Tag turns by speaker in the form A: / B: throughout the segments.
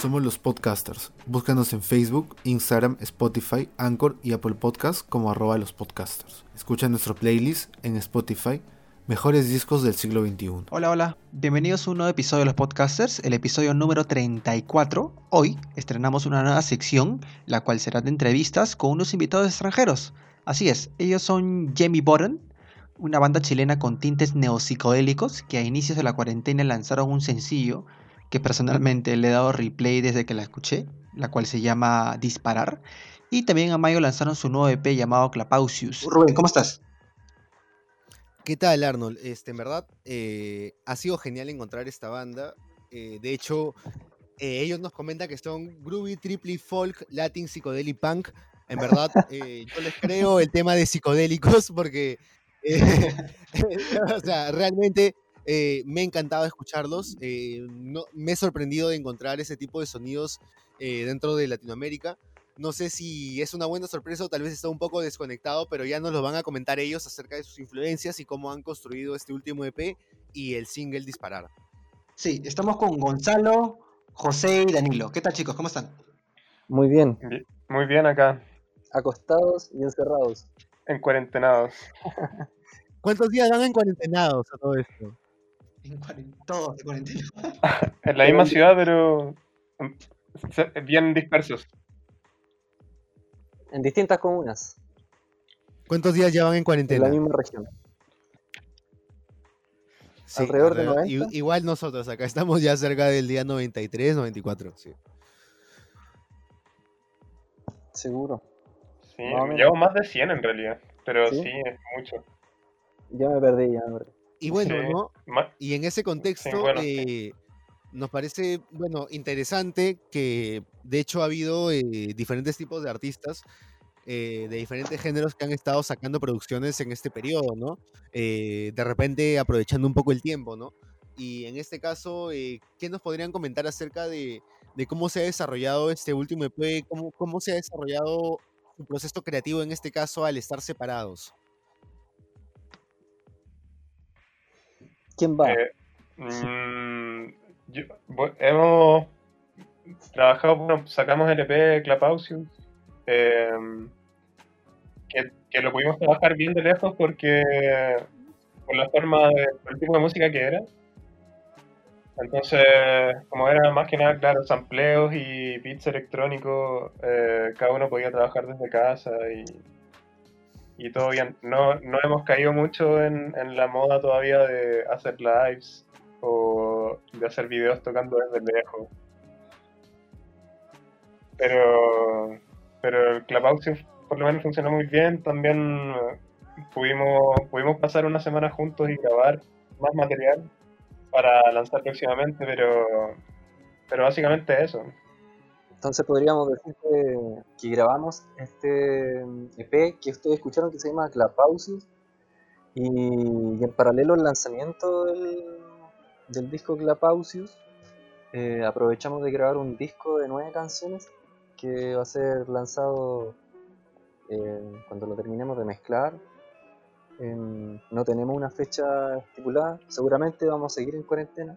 A: Somos los podcasters. Búscanos en Facebook, Instagram, Spotify, Anchor y Apple Podcasts como @lospodcasters. Escucha nuestro playlist en Spotify, Mejores Discos del Siglo XXI.
B: Hola, bienvenidos a un nuevo episodio de los podcasters, el episodio número 34. Hoy estrenamos una nueva sección, la cual será de entrevistas con unos invitados extranjeros. Así es, ellos son Jamie Bottom, una banda chilena con tintes neopsicodélicos que a inicios de la cuarentena lanzaron un sencillo que personalmente le he dado replay desde que la escuché, la cual se llama Disparar. Y también a mayo lanzaron su nuevo EP llamado Clapausius. Rubén, ¿cómo estás?
C: ¿Qué tal, Arnold? En verdad, ha sido genial encontrar esta banda. De hecho, ellos nos comentan que son groovy, trippy, folk, latin, psychedelic punk. En verdad, yo les creo el tema de psicodélicos porque, o sea, realmente me ha encantado escucharlos. Me he sorprendido de encontrar ese tipo de sonidos dentro de Latinoamérica. No sé si es una buena sorpresa o tal vez está un poco desconectado, pero ya nos lo van a comentar ellos acerca de sus influencias y cómo han construido este último EP y el single Disparar.
B: Sí, estamos con Gonzalo, José y Danilo. ¿Qué tal, chicos? ¿Cómo están?
D: Muy bien,
E: Muy bien acá,
D: acostados y encerrados.
E: en cuarentenados.
C: ¿Cuántos días van en cuarentenados a todo esto?
B: Todos de cuarentena.
E: En la misma ciudad, pero bien dispersos.
D: En distintas comunas,
C: ¿Cuántos días ya van en
D: en
C: cuarentena?
D: la misma región.
C: Sí,
D: alrededor de 90.
C: Igual nosotros acá estamos ya cerca del día 93, 94. Sí.
D: Seguro.
E: Sí,
D: Más o menos.
E: llevo más de 100 en realidad, pero
D: ¿Sí?
E: sí, es mucho.
D: Ya me perdí.
C: Y bueno,
E: Sí,
C: ¿no? Y en ese contexto,
E: Sí, bueno,
C: nos parece, bueno, interesante que de hecho ha habido diferentes tipos de artistas de diferentes géneros que han estado sacando producciones en este periodo, ¿no? De repente aprovechando un poco el tiempo, ¿no? Y en este caso, ¿qué nos podrían comentar acerca de cómo se ha desarrollado este último EP? ¿Cómo se ha desarrollado su proceso creativo en este caso al estar separados?
D: ¿Quién va?
E: Hemos trabajado, bueno, sacamos el EP Clapausius, que lo pudimos trabajar bien de lejos porque por la forma por el tipo de música que era. Entonces, como era más que nada, claro, sampleos y beats electrónicos, cada uno podía trabajar desde casa y todo bien. No hemos caído mucho en la moda todavía de hacer lives o de hacer videos tocando desde lejos. Pero el Clubhouse por lo menos funcionó muy bien. También pudimos pasar una semana juntos y grabar más material para lanzar próximamente, pero básicamente eso.
D: Entonces podríamos decir que grabamos este EP que ustedes escucharon que se llama Clapausius y en paralelo al lanzamiento del disco Clapausius aprovechamos de grabar un disco de 9 canciones que va a ser lanzado cuando lo terminemos de mezclar. No tenemos una fecha estipulada, seguramente vamos a seguir en cuarentena,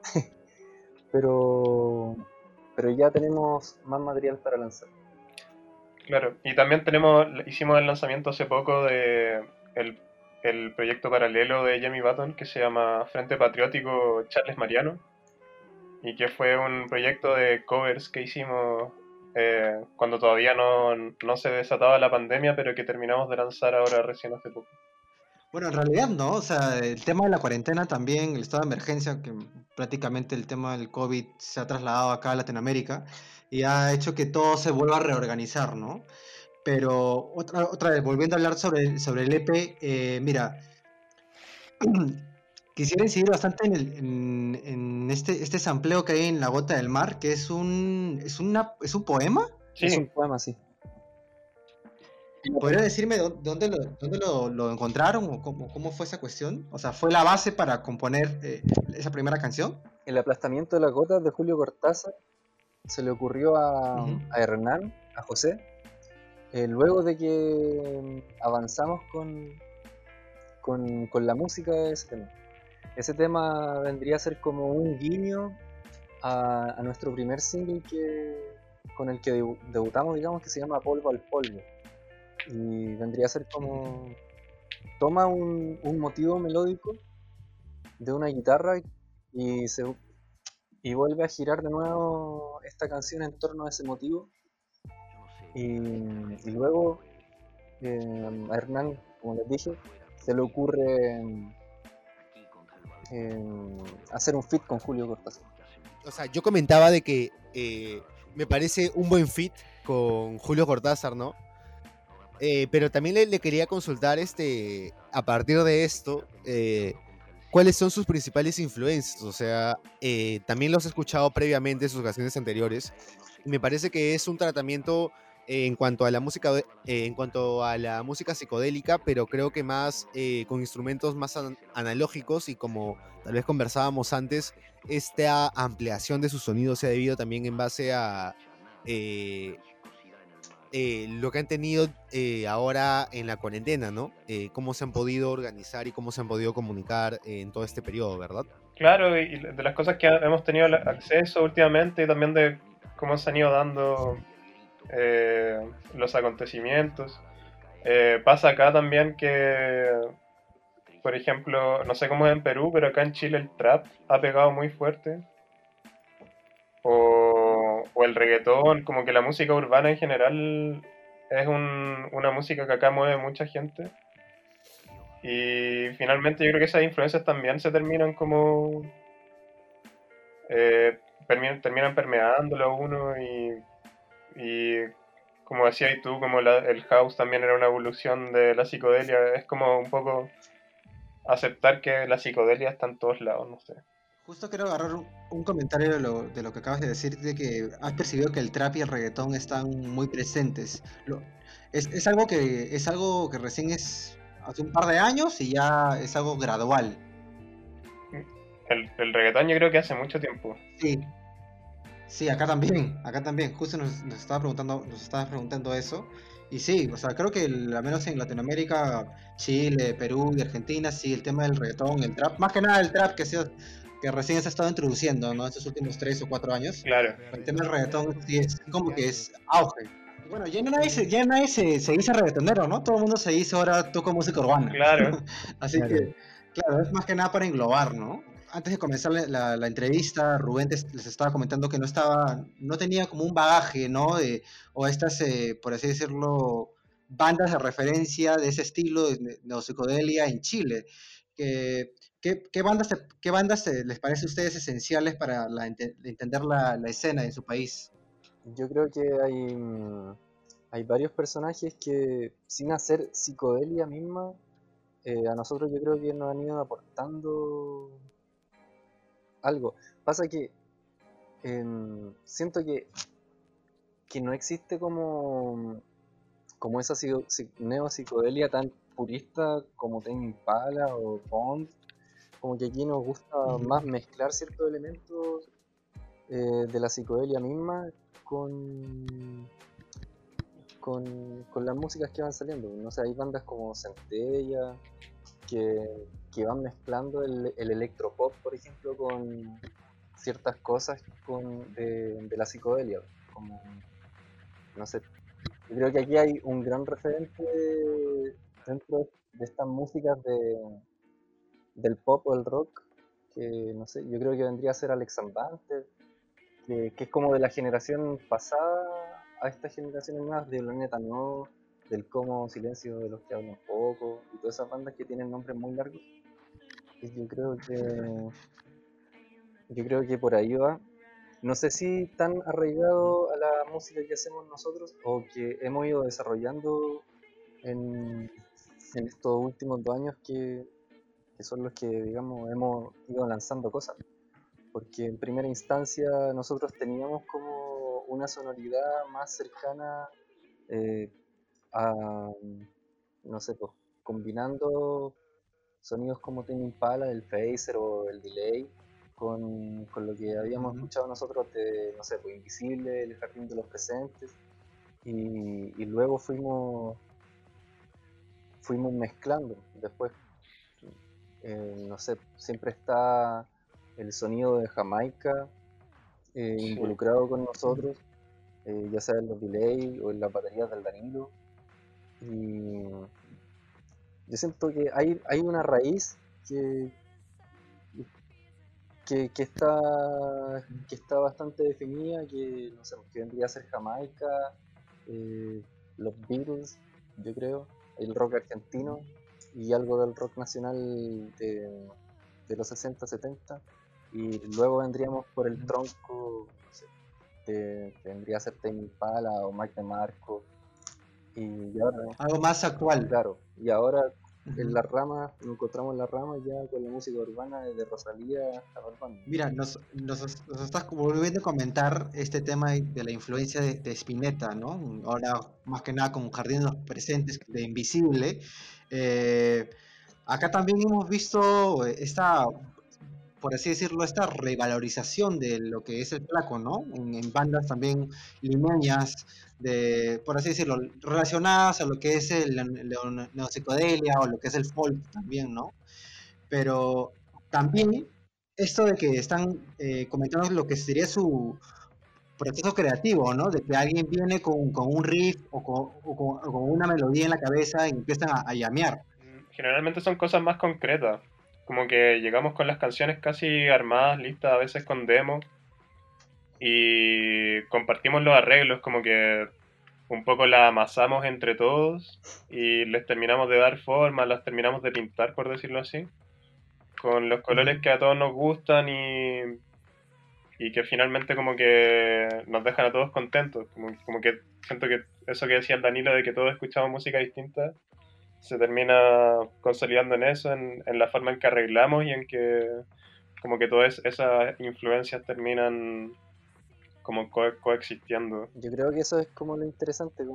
D: pero ya tenemos más material para lanzar.
E: Claro, y también hicimos el lanzamiento hace poco de el proyecto paralelo de Jamie Button que se llama Frente Patriótico Charles Mariano, y que fue un proyecto de covers que hicimos cuando todavía no se desataba la pandemia, pero que terminamos de lanzar ahora recién hace poco.
B: Bueno, en realidad no, o sea, el tema de la cuarentena también, el estado de emergencia, que prácticamente el tema del COVID se ha trasladado acá a Latinoamérica y ha hecho que todo se vuelva a reorganizar, ¿no? Pero otra vez, volviendo a hablar sobre el EP, mira, quisiera incidir bastante en este sampleo que hay en La Gota del Mar, que es es un poema.
E: Sí,
D: Es un poema, sí.
B: ¿Podría decirme dónde lo encontraron o cómo fue esa cuestión? O sea, ¿fue la base para componer esa primera canción?
D: El aplastamiento de las gotas de Julio Cortázar se le ocurrió a Hernán, a José, luego de que avanzamos con la música de ese tema. Ese tema vendría a ser como un guiño a nuestro primer single con el que debutamos, digamos, que se llama Polvo al Polvo. Y vendría a ser como... Toma un motivo melódico de una guitarra y vuelve a girar de nuevo esta canción en torno a ese motivo. Y luego a Hernán, como les dije, se le ocurre hacer un feat con Julio Cortázar.
C: O sea, yo comentaba de que me parece un buen fit con Julio Cortázar, ¿no? Pero también le quería consultar, a partir de esto, cuáles son sus principales influencias. O sea, también los he escuchado previamente en sus canciones anteriores. Y me parece que es un tratamiento en cuanto a la música, en cuanto a la música psicodélica, pero creo que más con instrumentos más analógicos, y como tal vez conversábamos antes, esta ampliación de su sonido se ha debido también en base a lo que han tenido ahora en la cuarentena, ¿no? Cómo se han podido organizar y cómo se han podido comunicar en todo este periodo, ¿verdad?
E: Claro, y de las cosas que hemos tenido acceso últimamente y también de cómo se han ido dando los acontecimientos. Pasa acá también que, por ejemplo, no sé cómo es en Perú, pero acá en Chile el trap ha pegado muy fuerte. O el reggaetón, como que la música urbana en general es una música que acá mueve mucha gente. Y finalmente yo creo que esas influencias también se terminan como... terminan permeándolo a uno y como decías tú, como el house también era una evolución de la psicodelia. Es como un poco aceptar que la psicodelia está en todos lados, no sé.
B: Justo quiero agarrar un comentario de lo que acabas de decir, de que has percibido que el trap y el reggaetón están muy presentes. Es algo que recién es hace un par de años y ya es algo gradual.
E: El reggaetón yo creo que hace mucho tiempo.
B: Sí, sí, acá también, acá también. Justo nos estabas preguntando eso. Y sí, o sea, creo que al menos en Latinoamérica, Chile, Perú y Argentina, sí, el tema del reggaetón, el trap, más que nada el trap que recién se ha estado introduciendo, ¿no? Estos últimos 3 o 4 años.
E: Claro,
B: El tema del reggaetón sí es como que es auge. Y bueno, ya nadie se dice reggaetonero, ¿no? Todo el mundo se dice ahora toco música urbana.
E: claro.
B: Así
C: Claro.
B: que, claro, es más que nada para englobar, ¿no? Antes de comenzar la entrevista, Rubén les estaba comentando que no tenía como un bagaje, ¿no? O estas, por así decirlo, bandas de referencia de ese estilo de neopsicodelia en Chile. Que, qué bandas les parece a ustedes esenciales para entender la escena en su país?
D: Yo creo que hay varios personajes que, sin hacer psicodelia misma, a nosotros yo creo que nos han ido aportando algo. Pasa que siento que no existe como esa neopsicodelia tan purista como Tame Impala o Pond. Como que aquí nos gusta más mezclar ciertos elementos de la psicodelia misma con las músicas que van saliendo. No sé, hay bandas como Centella que van mezclando el electropop, por ejemplo, con ciertas cosas de la psicodelia. Como, no sé, yo creo que aquí hay un gran referente dentro de estas músicas del pop o el rock, que no sé, yo creo que vendría a ser Alex Banter, que es como de la generación pasada a estas generaciones más, de Planeta No, del Como Silencio de los que hablan poco, y todas esas bandas que tienen nombres muy largos. Y yo creo que por ahí va. No sé si tan arraigado a la música que hacemos nosotros o que hemos ido desarrollando en, en estos últimos 2 años que son los que, digamos, hemos ido lanzando cosas. Porque en primera instancia nosotros teníamos como una sonoridad más cercana eh, a, no sé, pues, combinando sonidos como Tame Impala, el phaser o el delay, con lo que habíamos escuchado nosotros de, no sé, pues Invisible, El Jardín de los Presentes, y luego fuimos mezclando. Después, no sé, siempre está el sonido de Jamaica,
E: Sí.
D: involucrado con nosotros, ya sea en los delays o en las baterías del Danilo. Y yo siento que hay una raíz que, que está bastante definida, que no sé, que vendría a ser Jamaica, eh, los Beatles, yo creo, el rock argentino y algo del rock nacional de los 60, 70. Y luego vendríamos por el tronco, no sé, que vendría a ser Tame Impala o Mike DeMarco. Y ahora,
B: Algo más actual.
D: claro, y ahora en
B: Ujú.
D: la rama, nos encontramos en la rama ya con la música urbana de Rosalía hasta Bad Bunny.
B: Mira, nos estás volviendo a comentar este tema de la influencia de Spinetta, ¿no? Ahora, más que nada, con Jardín de los Presentes de Invisible. Eh, Acá también hemos visto esta, por así decirlo, esta revalorización de lo que es el flaco, ¿no? En bandas también limeñas, por así decirlo, relacionadas a lo que es la neopsicodelia o lo que es el folk también, ¿no? Pero también esto de que están comentando lo que sería su proceso creativo, ¿no? De que alguien viene con un riff o con una melodía en la cabeza y empiezan a llamear.
E: Generalmente son cosas más concretas. Como que llegamos con las canciones casi armadas, listas, a veces con demos, y compartimos los arreglos, como que un poco las amasamos entre todos y les terminamos de dar forma, las terminamos de pintar, por decirlo así, con los colores que a todos nos gustan y que finalmente como que nos dejan a todos contentos. Como que siento que eso que decía el Danilo de que todos escuchamos música distinta se termina consolidando en eso, en la forma en que arreglamos y en que como que todas esas influencias terminan como coexistiendo.
D: Yo creo que eso es como lo interesante,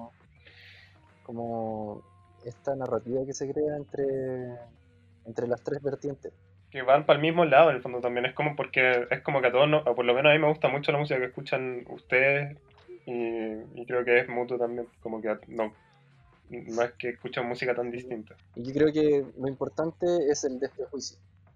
D: como esta narrativa que se crea entre las tres vertientes.
E: Que van para el mismo lado en el fondo también, es como porque es como que a todos, o por lo menos a mí me gusta mucho la música que escuchan ustedes y creo que es mutuo también, como que no es que escuchan música tan distinta.
D: Y yo creo que lo importante es el desprejuicio.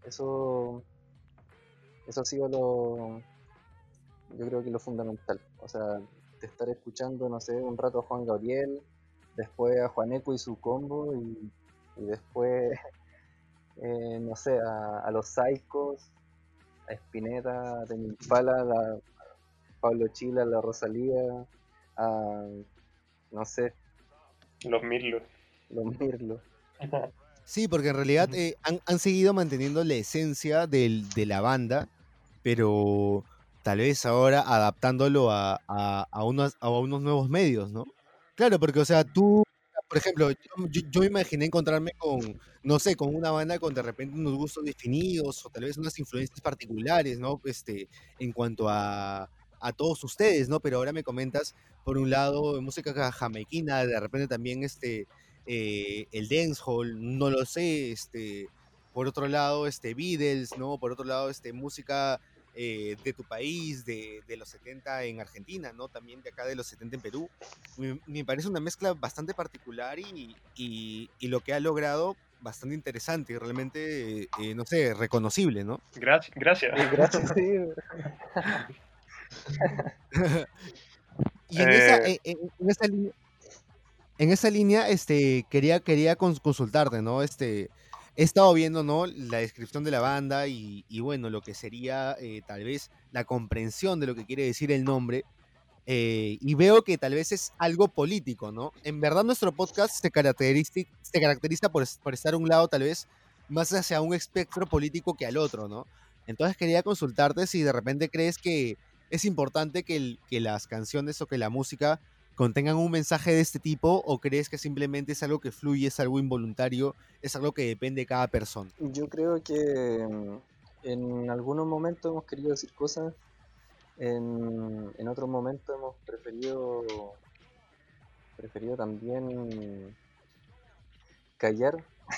D: Eso ha sido yo creo que lo fundamental. O sea, de estar escuchando, no sé, un rato a Juan Gabriel, después a Juaneco y su combo, y después, no sé, a los Psychos, a Spinetta, a Tame Impala, a Pablo Chila, a la Rosalía, a, no sé,
E: Los Mirlos.
D: los Mirlos.
C: Sí, porque en realidad han seguido manteniendo la esencia de la banda, pero tal vez ahora adaptándolo a unos nuevos medios, ¿no? Claro, porque, o sea, tú, por ejemplo, yo me imaginé encontrarme con, no sé, con una banda con de repente unos gustos definidos o tal vez unas influencias particulares, ¿no? En cuanto a todos ustedes, ¿no? Pero ahora me comentas, por un lado, música jamaiquina, de repente también el dancehall, no lo sé, por otro lado, Beatles, ¿no? Por otro lado, música de tu país, de los 70 en Argentina, ¿no? También de acá de los 70 en Perú. Me parece una mezcla bastante particular y lo que ha logrado bastante interesante y realmente, no sé, reconocible, ¿no?
E: Gracias, gracias.
D: Gracias, sí.
C: Y en esa línea, quería consultarte, ¿no? He estado viendo, ¿no? La descripción de la banda y bueno, lo que sería tal vez la comprensión de lo que quiere decir el nombre. Y veo que tal vez es algo político, ¿no? En verdad nuestro podcast se caracteriza por estar a un lado tal vez más hacia un espectro político que al otro, ¿no? Entonces quería consultarte si de repente crees que es importante que las canciones o que la música contengan un mensaje de este tipo o crees que simplemente es algo que fluye, es algo involuntario, es algo que depende de cada persona.
D: Yo creo que en algunos momentos hemos querido decir cosas, en otros momentos hemos preferido también callar,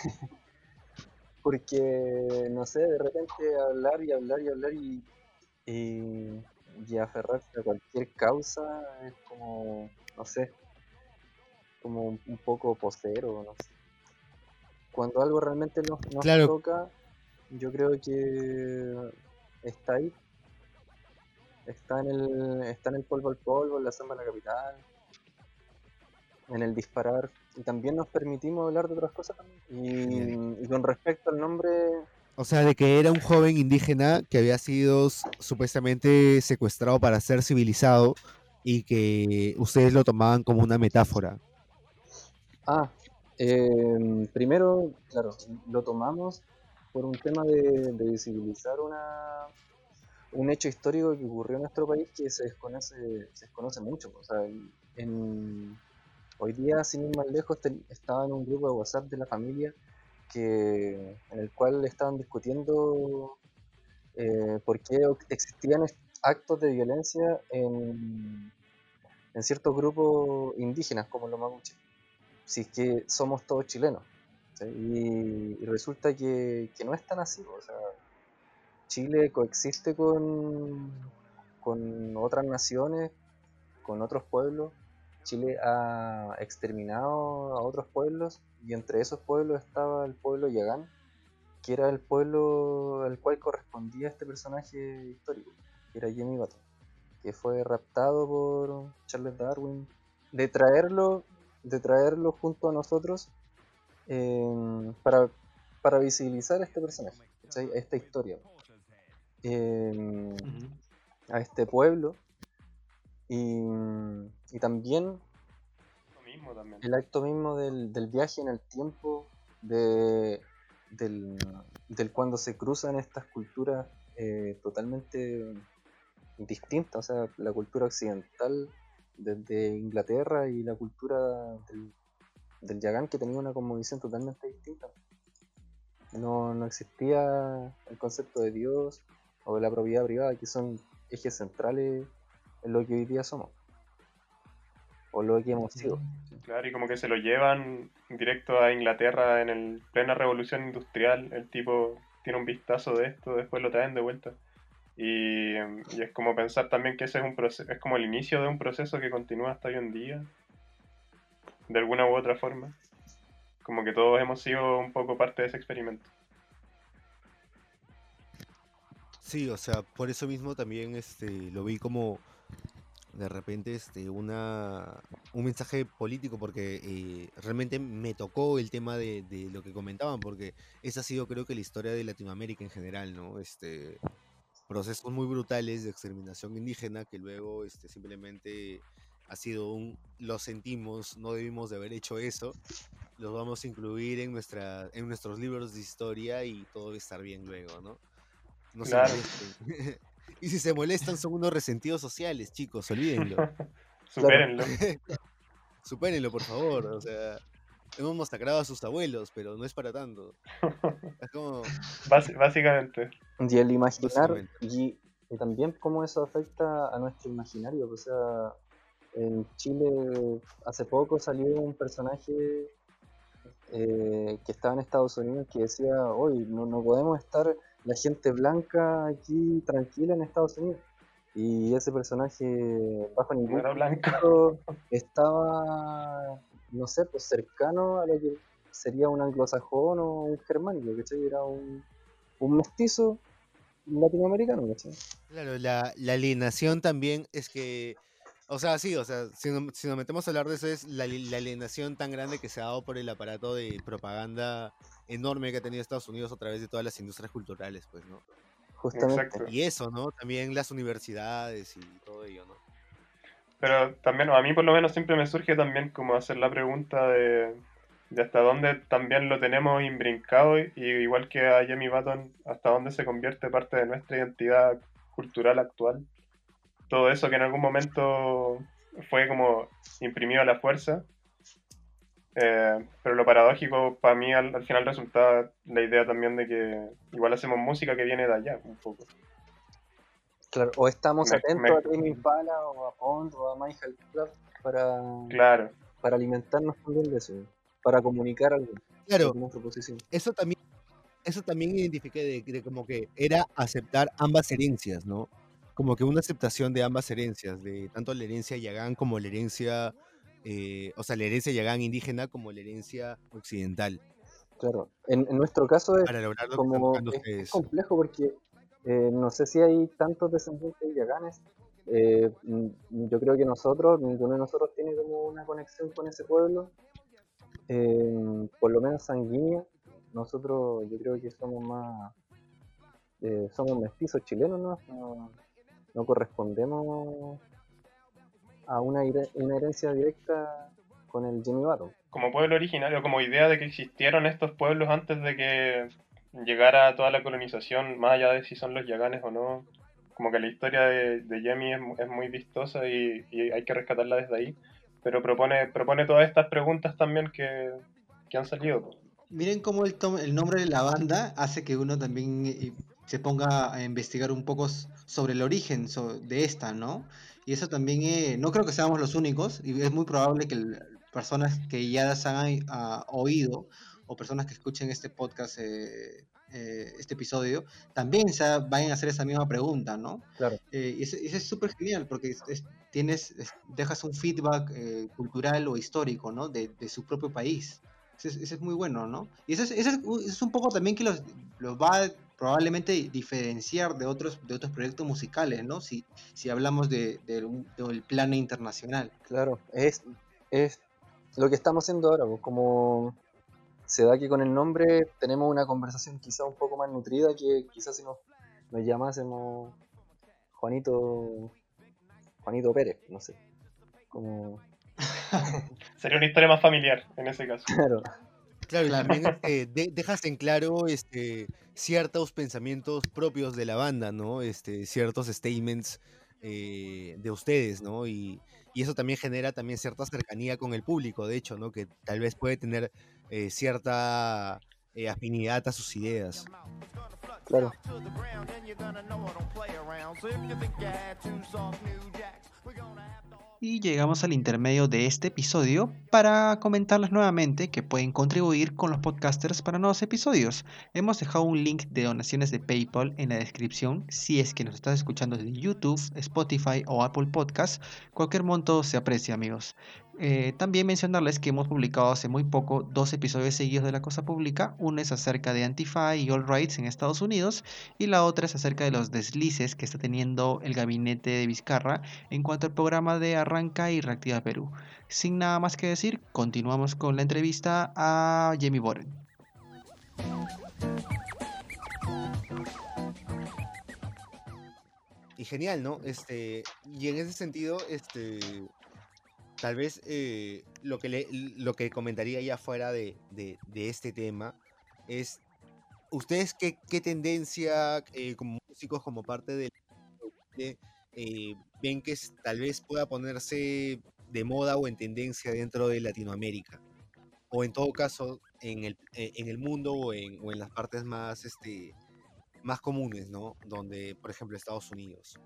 D: porque, no sé, de repente hablar y hablar y hablar y aferrarse a cualquier causa es como, no sé, como un poco posero, no sé. Cuando algo realmente nos
C: Claro,
D: toca, yo creo que está ahí. Está en el polvo al polvo, en la samba de la capital, en el disparar. Y también nos permitimos hablar de otras cosas también. Y con respecto al nombre,
C: O sea, de que era un joven indígena que había sido supuestamente secuestrado para ser civilizado y que ustedes lo tomaban como una metáfora.
D: primero, claro, lo tomamos por un tema de visibilizar un hecho histórico que ocurrió en nuestro país que se desconoce mucho. O sea, hoy día, sin ir más lejos, estaba en un grupo de WhatsApp de la familia en el cual estaban discutiendo por qué existían actos de violencia en ciertos grupos indígenas como los mapuches, si es que somos todos chilenos. ¿Sí? Y resulta que no es tan así. O sea, Chile coexiste con otras naciones, con otros pueblos. Chile ha exterminado a otros pueblos y entre esos pueblos estaba el pueblo Yagán, que era el pueblo al cual correspondía este personaje histórico, que era Jimmy Button, que fue raptado por Charles Darwin, de traerlo, de traerlo junto a nosotros para, para visibilizar a este personaje, ¿cachai? A esta historia, a este pueblo, y también
E: Lo mismo también.
D: el acto mismo del viaje en el tiempo, del, del cuando se cruzan estas culturas totalmente distintas. O sea, la cultura occidental desde Inglaterra y la cultura del Yagán, que tenía una cosmovisión totalmente distinta. No existía el concepto de Dios o de la propiedad privada, que son ejes centrales en lo que hoy día somos, o lo que hemos sido.
E: Claro, y como que se lo llevan directo a Inglaterra en el plena revolución industrial. El tipo tiene un vistazo de esto, después lo traen de vuelta. Y es como pensar también que ese es un proceso, es como el inicio de un proceso que continúa hasta hoy en día, de alguna u otra forma. Como que todos hemos sido un poco parte de ese experimento.
C: Sí, o sea, por eso mismo también lo vi como de repente un mensaje político, porque realmente me tocó el tema de lo que comentaban, porque esa ha sido, creo que, la historia de Latinoamérica en general, ¿no? Procesos muy brutales de exterminación indígena que luego simplemente ha sido lo sentimos, no debimos de haber hecho eso, los vamos a incluir en nuestros libros de historia y todo va a estar bien luego, ¿no? No se
E: Claro.
C: molesten. Y si se molestan son unos resentidos sociales, chicos, olvídenlo.
E: Supérenlo.
C: Supérenlo, por favor. O sea, hemos masacrado a sus abuelos, pero no es para tanto. Es como,
E: Básicamente.
D: Y el imaginar,
C: básicamente.
D: y también cómo eso afecta a nuestro imaginario. O sea, en Chile hace poco salió un personaje que estaba en Estados Unidos que decía, hoy no podemos estar la gente blanca aquí tranquila en Estados Unidos. Y ese personaje, bajo
E: No
D: ningún
E: era blanco.
D: concepto, estaba, no sé, pues cercano a lo que sería un anglosajón o un germánico, ¿cachai? Era un mestizo latinoamericano, ¿cachai?
C: Claro, la alienación también es que, o sea, sí, o sea, si nos metemos a hablar de eso, es la alienación tan grande que se ha dado por el aparato de propaganda enorme que ha tenido Estados Unidos a través de todas las industrias culturales, pues, ¿no?
D: Justamente.
E: Exacto.
C: Y eso, ¿no? También las universidades y todo ello, ¿no?
E: Pero también, a mí por lo menos siempre me surge también como hacer la pregunta de hasta dónde también lo tenemos imbrincado, y igual que a Jamie Button, hasta dónde se convierte parte de nuestra identidad cultural actual. Todo eso que en algún momento fue como imprimido a la fuerza. Pero lo paradójico para mí al final resulta la idea también de que igual hacemos música que viene de allá un poco.
D: Claro, o estamos
E: Me-
D: atentos
E: me-
D: a Tame Impala o a Pond o a Michael Club para,
E: Claro,
D: para alimentarnos también de eso, para comunicar algo,
C: Claro,
D: alguna proposición.
C: eso también identifiqué de como que era aceptar ambas herencias, ¿no? Como que una aceptación de ambas herencias, de tanto la herencia yagán como la herencia, o sea, la herencia yagán indígena como la herencia occidental,
D: Claro, en nuestro caso
C: para lograr lo que están buscando
D: es
C: ustedes.
D: complejo porque No sé si hay tantos descendientes de yaganes. Yo creo que ninguno de nosotros tiene como una conexión con ese pueblo, por lo menos sanguínea. Nosotros yo creo que somos mestizos chilenos, ¿no? No correspondemos a una herencia directa con el Jimmy Battle.
E: Como pueblo originario, como idea de que existieron estos pueblos antes de que llegara toda la colonización, más allá de si son los yaganes o no, como que la historia de Yemi es muy vistosa y hay que rescatarla desde ahí, pero propone todas estas preguntas también que han salido.
B: Miren cómo el nombre de la banda hace que uno también se ponga a investigar un poco sobre el origen de esta, ¿no? Y eso también, no creo que seamos los únicos, y es muy probable que personas que ya las han oído o personas que escuchen este podcast, este episodio, también vayan a hacer esa misma pregunta, ¿no?
D: Claro.
B: Y eso es súper genial porque dejas un feedback cultural o histórico, ¿no? De su propio país. Ese es muy bueno, ¿no? Y eso es un poco también que los va a probablemente diferenciar de otros proyectos musicales, ¿no? Si hablamos del plano internacional.
D: Claro, es lo que estamos haciendo ahora, pues, como se da que con el nombre tenemos una conversación quizá un poco más nutrida que quizás si nos llamásemos Juanito Pérez, no sé. Como,
E: Sería una historia más familiar en ese caso.
D: claro,
C: Claro, y
B: Claro.
C: también dejas en claro ciertos pensamientos propios de la banda, ¿no? Ciertos statements de ustedes, ¿no? Y eso también genera también cierta cercanía con el público, de hecho, ¿no? Que tal vez puede tener cierta afinidad a sus ideas.
D: claro.
B: Y llegamos al intermedio de este episodio para comentarles nuevamente que pueden contribuir con los podcasters para nuevos episodios. Hemos dejado un link de donaciones de PayPal en la descripción. Si es que nos estás escuchando desde YouTube, Spotify o Apple Podcast, cualquier monto se aprecia, amigos. También mencionarles que hemos publicado hace muy poco 2 episodios seguidos de La Cosa Pública. Uno es acerca de Antifa y All Rights en Estados Unidos y la otra es acerca de los deslices que está teniendo el gabinete de Vizcarra en cuanto al programa de Arranca y Reactiva Perú. Sin nada más que decir, continuamos con la entrevista a Jamie Boren.
C: Y genial, ¿no? Y en ese sentido, tal vez lo que comentaría ya fuera de este tema es, ¿ustedes qué tendencia como músicos, como parte del ven que tal vez pueda ponerse de moda o en tendencia dentro de Latinoamérica? O en todo caso, en el mundo o en las partes más comunes, ¿no? Donde, por ejemplo, Estados Unidos.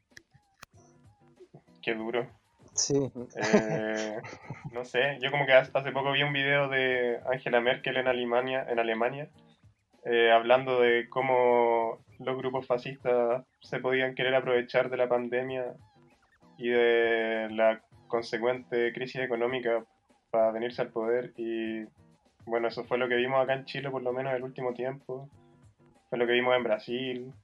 E: Qué duro.
D: Sí,
E: No sé, yo como que hace poco vi un video de Angela Merkel en Alemania, hablando de cómo los grupos fascistas se podían querer aprovechar de la pandemia y de la consecuente crisis económica para venirse al poder. Y bueno, eso fue lo que vimos acá en Chile, por lo menos en el último tiempo. Fue lo que vimos en Brasil,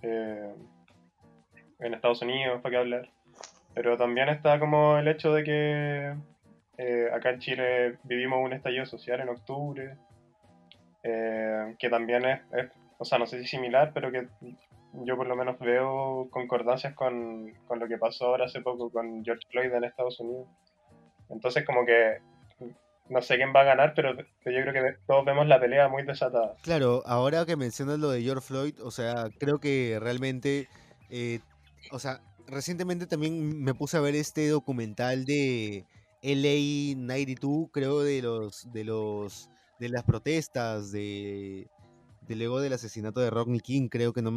E: en Estados Unidos, para qué hablar. Pero también está como el hecho de que acá en Chile vivimos un estallido social en octubre, que también o sea, no sé si similar, pero que yo por lo menos veo concordancias con lo que pasó ahora hace poco con George Floyd en Estados Unidos. Entonces como que no sé quién va a ganar, pero yo creo que todos vemos la pelea muy desatada.
C: Claro, ahora que mencionas lo de George Floyd, o sea, creo que realmente, o sea, recientemente también me puse a ver este documental de LA 92, creo, de las protestas de luego del asesinato de Rodney King, creo que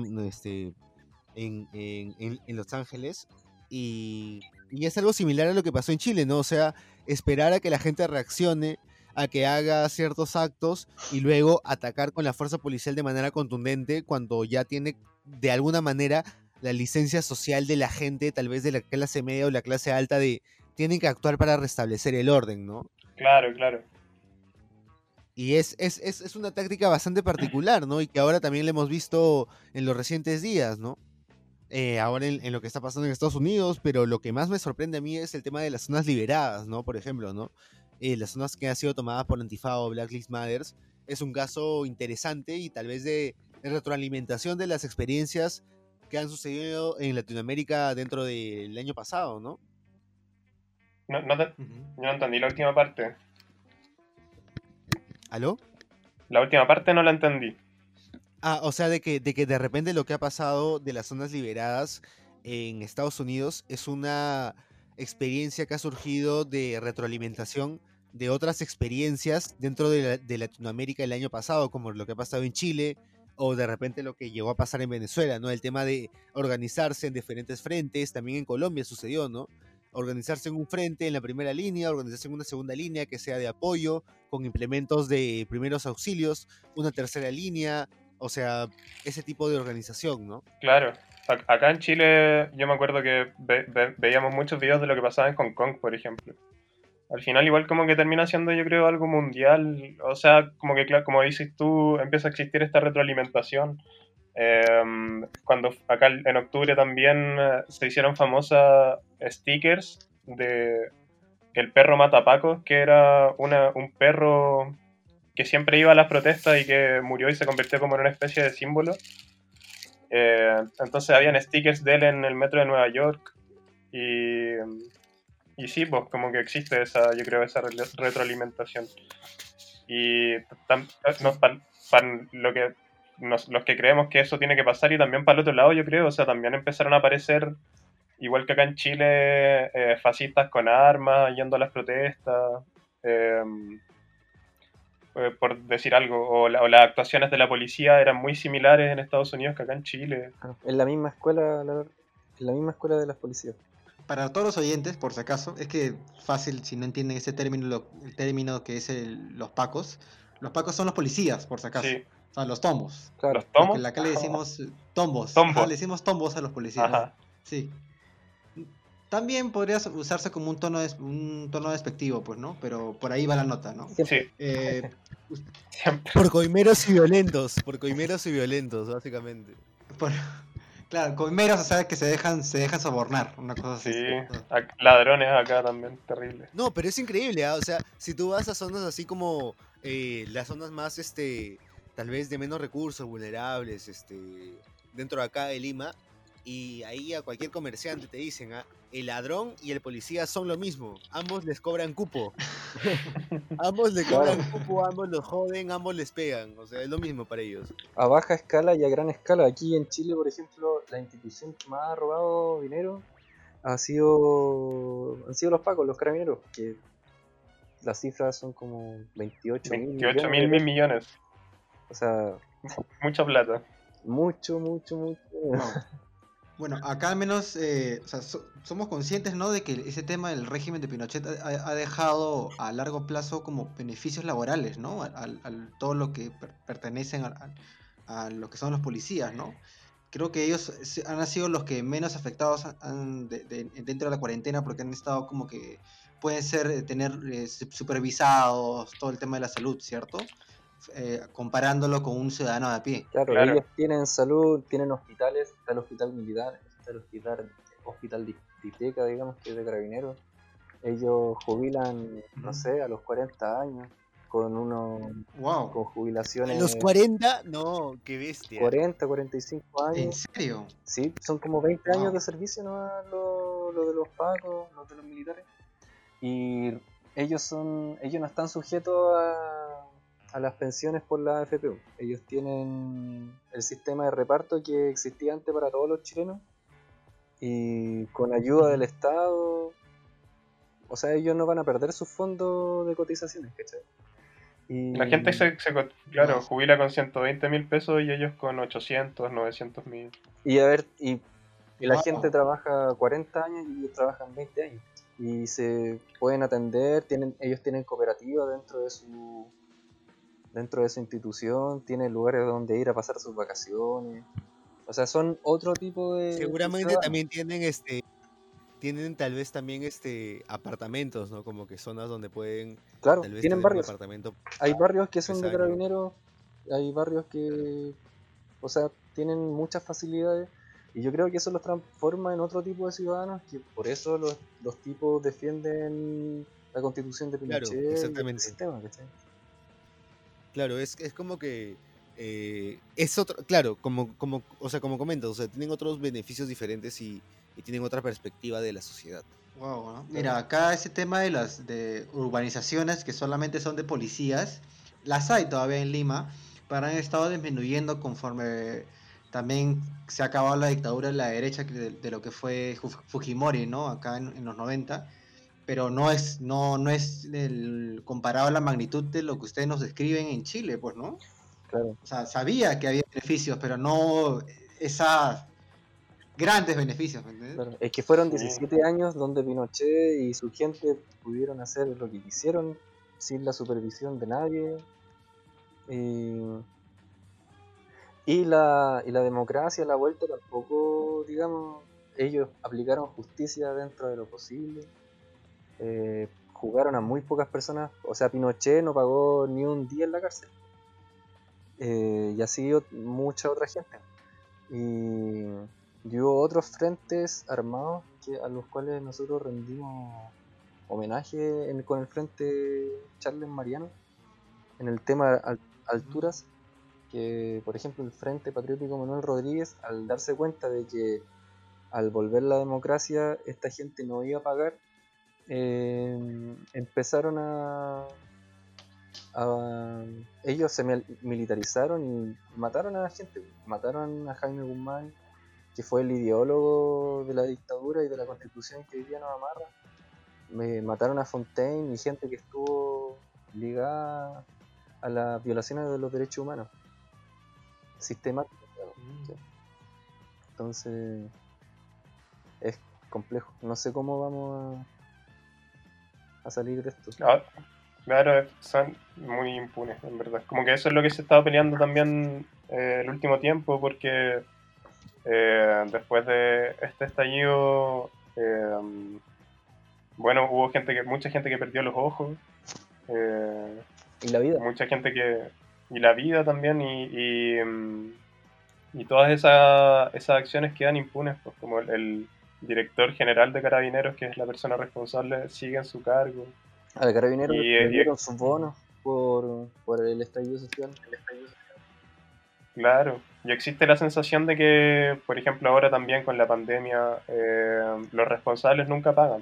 C: en Los Ángeles. Y es algo similar a lo que pasó en Chile, ¿no? O sea, esperar a que la gente reaccione, a que haga ciertos actos y luego atacar con la fuerza policial de manera contundente cuando ya tiene de alguna manera la licencia social de la gente, tal vez de la clase media o la clase alta, de tienen que actuar para restablecer el orden, ¿no?
E: Claro, claro.
C: Y es una táctica bastante particular, ¿no? Y que ahora también la hemos visto en los recientes días, ¿no? Ahora en lo que está pasando en Estados Unidos, pero lo que más me sorprende a mí es el tema de las zonas liberadas, ¿no? Por ejemplo, ¿no? Las zonas que han sido tomadas por Antifa o Black Lives Matter es un caso interesante y tal vez de retroalimentación de las experiencias que han sucedido en Latinoamérica dentro del año pasado, ¿no?
E: No, no te-
B: Ujú.
E: yo no entendí la última parte.
C: ¿Aló?
E: La última parte no la entendí.
C: Ah, o sea, de que de repente lo que ha pasado de las zonas liberadas en Estados Unidos es una experiencia que ha surgido de retroalimentación de otras experiencias dentro de Latinoamérica el año pasado, como lo que ha pasado en Chile, o de repente lo que llegó a pasar en Venezuela, ¿no? El tema de organizarse en diferentes frentes, también en Colombia sucedió, ¿no? Organizarse en un frente en la primera línea, organizarse en una segunda línea que sea de apoyo, con implementos de primeros auxilios, una tercera línea, o sea, ese tipo de organización, ¿no?
E: Claro. Acá en Chile yo me acuerdo que veíamos muchos videos de lo que pasaba en Hong Kong, por ejemplo. Al final igual como que termina siendo yo creo algo mundial, o sea, como que como dices tú, empieza a existir esta retroalimentación. Cuando acá en octubre también se hicieron famosas stickers de el perro mata Pacos, que era un perro que siempre iba a las protestas y que murió y se convirtió como en una especie de símbolo. Entonces habían stickers de él en el metro de Nueva York y sí, pues como que existe esa, yo creo, esa retroalimentación. Y para lo que los que creemos que eso tiene que pasar y también para el otro lado, yo creo, o sea, también empezaron a aparecer, igual que acá en Chile, fascistas con armas, yendo a las protestas, eh, por decir algo, o las actuaciones de la policía eran muy similares en Estados Unidos que acá en Chile.
D: En la misma escuela, en la misma escuela de las policías.
B: Para todos los oyentes, por si acaso, es que fácil si no entienden ese término, el término que es los pacos. Los pacos son los policías, por si acaso.
E: Sí,
B: O sea, los tombos.
D: Claro.
E: los
B: Los que
E: tomos,
B: acá le decimos tombos. Ajá,
E: tombos,
B: le decimos tombos a los policías.
E: ajá,
B: Sí. También podría usarse como un tono despectivo, pues, ¿no? Pero por ahí va la nota, ¿no?
D: Siempre.
E: sí,
B: Eh,
E: siempre.
C: Por coimeros y violentos, básicamente.
B: por- claro, coimeros, o sea, que se dejan sobornar, una cosa
E: Sí,
B: así.
E: ladrones acá también, terrible.
C: No, pero es increíble, ¿ah? O sea, si tú vas a zonas así como las zonas más, tal vez de menos recursos, vulnerables, dentro de acá de Lima, y ahí a cualquier comerciante te dicen, el ladrón y el policía son lo mismo, ambos les cobran cupo, ambos le cobran cupo, ambos los joden, ambos les pegan, o sea, es lo mismo para ellos.
D: A baja escala y a gran escala. Aquí en Chile, por ejemplo, la institución que más ha robado dinero han sido los pacos, los carabineros, que las cifras son como 28 mil
E: 28
D: millones de
E: mil
D: pesos.
E: millones,
D: O sea,
E: mucha plata.
D: mucho.
B: Wow. Bueno, acá al menos o sea, somos conscientes, ¿no? De que ese tema del régimen de Pinochet ha dejado a largo plazo como beneficios laborales, ¿no? Todo lo que pertenecen a lo que son los policías, ¿no? Creo que ellos han sido los que menos afectados dentro de la cuarentena porque han estado como que pueden ser tener supervisados todo el tema de la salud, ¿cierto? Comparándolo con un ciudadano de a pie.
D: Claro,
E: Claro.
D: ellos tienen salud, tienen hospitales, está el hospital militar, está el hospital Diteca, digamos, que es de carabineros. Ellos jubilan, no sé, a los 40 años, con
B: Wow,
C: ¿A
D: jubilaciones
C: los 40? No, qué bestia.
D: 40, 45
B: ¿en
D: años.
B: serio?
D: Sí, son como 20 años
B: Wow.
D: de servicio nomás lo de los pacos, los de los militares. Y ellos no están sujetos a las pensiones por la AFP. Ellos tienen el sistema de reparto que existía antes para todos los chilenos. Y con ayuda del Estado, o sea, ellos no van a perder sus fondos de cotizaciones, ¿cachai? Y
E: La gente claro,
B: Wow.
E: jubila con 120 mil pesos y ellos con 800, 900 mil.
D: Y a ver, y la
B: Wow.
D: gente trabaja 40 años y ellos trabajan 20 años. Y se pueden atender, ellos tienen cooperativa dentro de su institución, tienen lugares donde ir a pasar sus vacaciones. O sea, son otro tipo de
C: Seguramente
D: ciudadanos.
C: también tienen tienen tal vez también apartamentos, ¿no? Como que zonas donde pueden
D: Claro,
C: tal vez
D: tienen
C: tener un
D: barrios.
C: apartamento
D: Hay barrios que son de
C: necesario.
D: carabineros, hay barrios que, o sea, tienen muchas facilidades y yo creo que eso los transforma en otro tipo de ciudadanos, que por eso los tipos defienden la constitución de
C: Claro,
D: Pinochet y el
C: exactamente.
D: sistema, ¿cachai?
C: Claro, es como que es otro, claro, o sea, como comentas, o sea, tienen otros beneficios diferentes y tienen otra perspectiva de la sociedad.
B: Wow, ¿no? Mira, acá ese tema de las de urbanizaciones que solamente son de policías, las hay todavía en Lima, pero han estado disminuyendo conforme también se ha acabado la dictadura de la derecha de lo que fue Fujimori, ¿no? Acá en los 90, pero no es comparado a la magnitud de lo que ustedes nos describen en Chile, pues, ¿no?
D: Claro,
B: O sea, sabía que había beneficios, pero no esos grandes beneficios, ¿me entiendes?
D: claro. Es que fueron
E: Sí.
D: 17 años donde Pinochet y su gente pudieron hacer lo que quisieron sin la supervisión de nadie. Y la democracia, la vuelta tampoco, digamos, ellos aplicaron justicia dentro de lo posible. Jugaron a muy pocas personas, o sea, Pinochet no pagó ni un día en la cárcel. Y así mucha otra gente. Y hubo otros frentes armados a los cuales nosotros rendimos homenaje con el frente Charles Mariano en el tema alturas, que por ejemplo el Frente Patriótico Manuel Rodríguez, al darse cuenta de que al volver la democracia esta gente no iba a pagar, empezaron ellos se militarizaron y mataron a la gente, mataron a Jaime Guzmán, que fue el ideólogo de la dictadura y de la constitución que hoy día nos amarra. Mataron a Fontaine y gente que estuvo ligada a las violaciones de los derechos humanos sistemáticas, ¿sí? Entonces es complejo, no sé cómo vamos a salir de esto.
E: Ah, claro, son muy impunes, en verdad. Como que eso es lo que se estaba peleando también el último tiempo, porque después de este estallido, bueno, hubo mucha gente que perdió los ojos,
D: Y la vida,
E: mucha gente y la vida también, y todas esas acciones quedan impunes, pues como el director general de Carabineros, que es la persona responsable, sigue en su cargo.
D: al carabinero
E: Y,
D: le
E: y
D: dieron sus bonos por el estallido social.
E: claro, y existe la sensación de que, por ejemplo, ahora también con la pandemia, los responsables nunca pagan.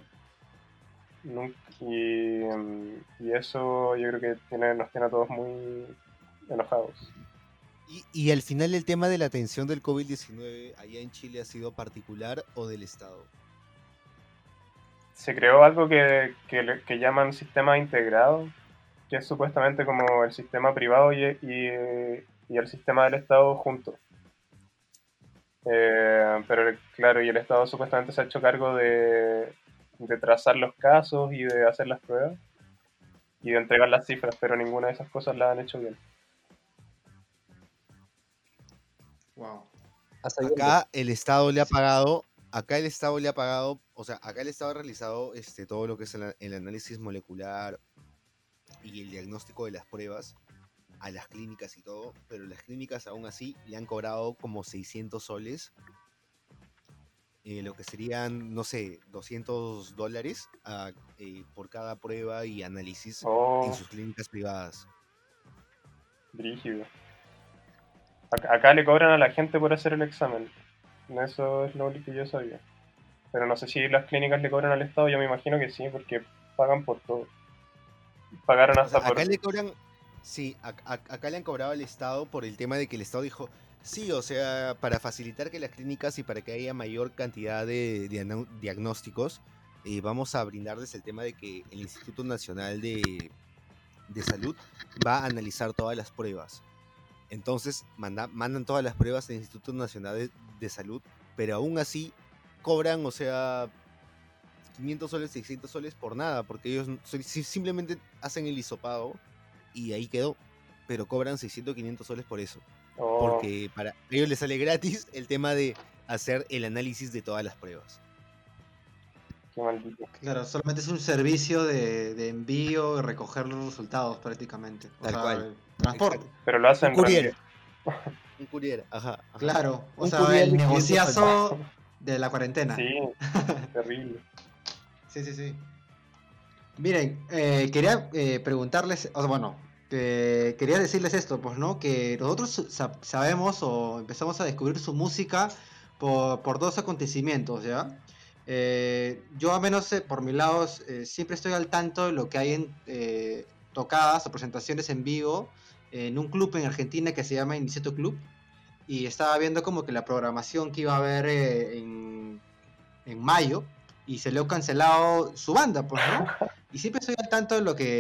E: Y eso yo creo que nos tiene a todos muy enojados.
C: Y al final el tema de la atención del COVID-19 allá en Chile ha sido particular o del Estado.
E: Se creó algo que llaman sistema integrado, que es supuestamente como el sistema privado y el sistema del Estado juntos. Pero claro, y el Estado supuestamente se ha hecho cargo de trazar los casos y de hacer las pruebas y de entregar las cifras, pero ninguna de esas cosas las han hecho bien.
B: Wow.
C: Acá el Estado le ha pagado, o sea, acá el Estado ha realizado todo lo que es el análisis molecular y el diagnóstico de las pruebas a las clínicas y todo, pero las clínicas aún así le han cobrado como 600 soles, lo que serían, no sé, $200 por cada prueba y análisis en sus clínicas privadas.
E: Brígido. Acá le cobran a la gente por hacer el examen. Eso es lo que yo sabía. Pero no sé si las clínicas le cobran al Estado, yo me imagino que sí, porque pagan por todo. Pagaron
C: O
E: hasta
C: sea,
E: por...
C: acá le cobran, sí, acá le han cobrado al Estado por el tema de que el Estado dijo, sí, o sea, para facilitar que las clínicas y para que haya mayor cantidad de diagnósticos, vamos a brindarles el tema de que el Instituto Nacional de Salud va a analizar todas las pruebas. Entonces mandan todas las pruebas al Instituto Nacional de Salud, pero aún así cobran, o sea, 500 soles, 600 soles por nada, porque ellos simplemente hacen el hisopado y ahí quedó, pero cobran 600, 500 soles por eso, porque para ellos les sale gratis el tema de hacer el análisis de todas las pruebas.
E: Qué maldito.
B: Claro, solamente es un servicio de envío y recoger los resultados prácticamente. O
C: Tal
B: sea,
C: cual.
B: transporte.
C: Exacto.
E: Pero lo
C: Un
E: hacen
C: courier.
E: rendir.
C: Un courier, ajá.
B: Claro, o
C: Un
B: sea,
C: courier
B: el
C: escribiendo falta.
B: negociazo de la cuarentena.
E: Sí, terrible.
B: Sí, sí, sí. Miren, quería preguntarles, o sea, bueno, quería decirles esto, pues, ¿no? Que nosotros sabemos o empezamos a descubrir su música por dos acontecimientos, ¿ya? Yo, a menos por mi lado, siempre estoy al tanto de lo que hay en tocadas o presentaciones en vivo en un club en Argentina que se llama Iniceto Club. Y estaba viendo como que la programación que iba a haber en mayo y se le ha cancelado su banda, pues, ¿no? Y siempre estoy al tanto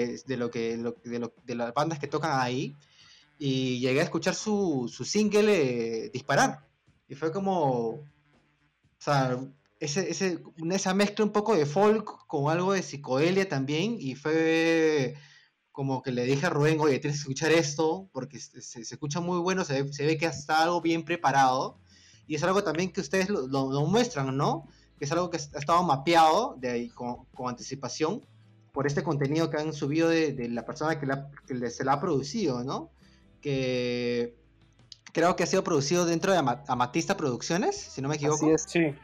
B: de las bandas que tocan ahí y llegué a escuchar su single Disparar y fue como, o sea, esa mezcla un poco de folk con algo de psicodelia también y fue como que le dije a Rubén, oye, tienes que escuchar esto porque se escucha muy bueno, se ve que está algo bien preparado y es algo también que ustedes lo muestran, ¿no? Que es algo que ha estado mapeado de ahí, con anticipación por este contenido que han subido de la persona se la ha producido, ¿no? Que creo que ha sido producido dentro de Amatista Producciones, si no me
D: Así
B: equivoco.
D: es.
E: Sí,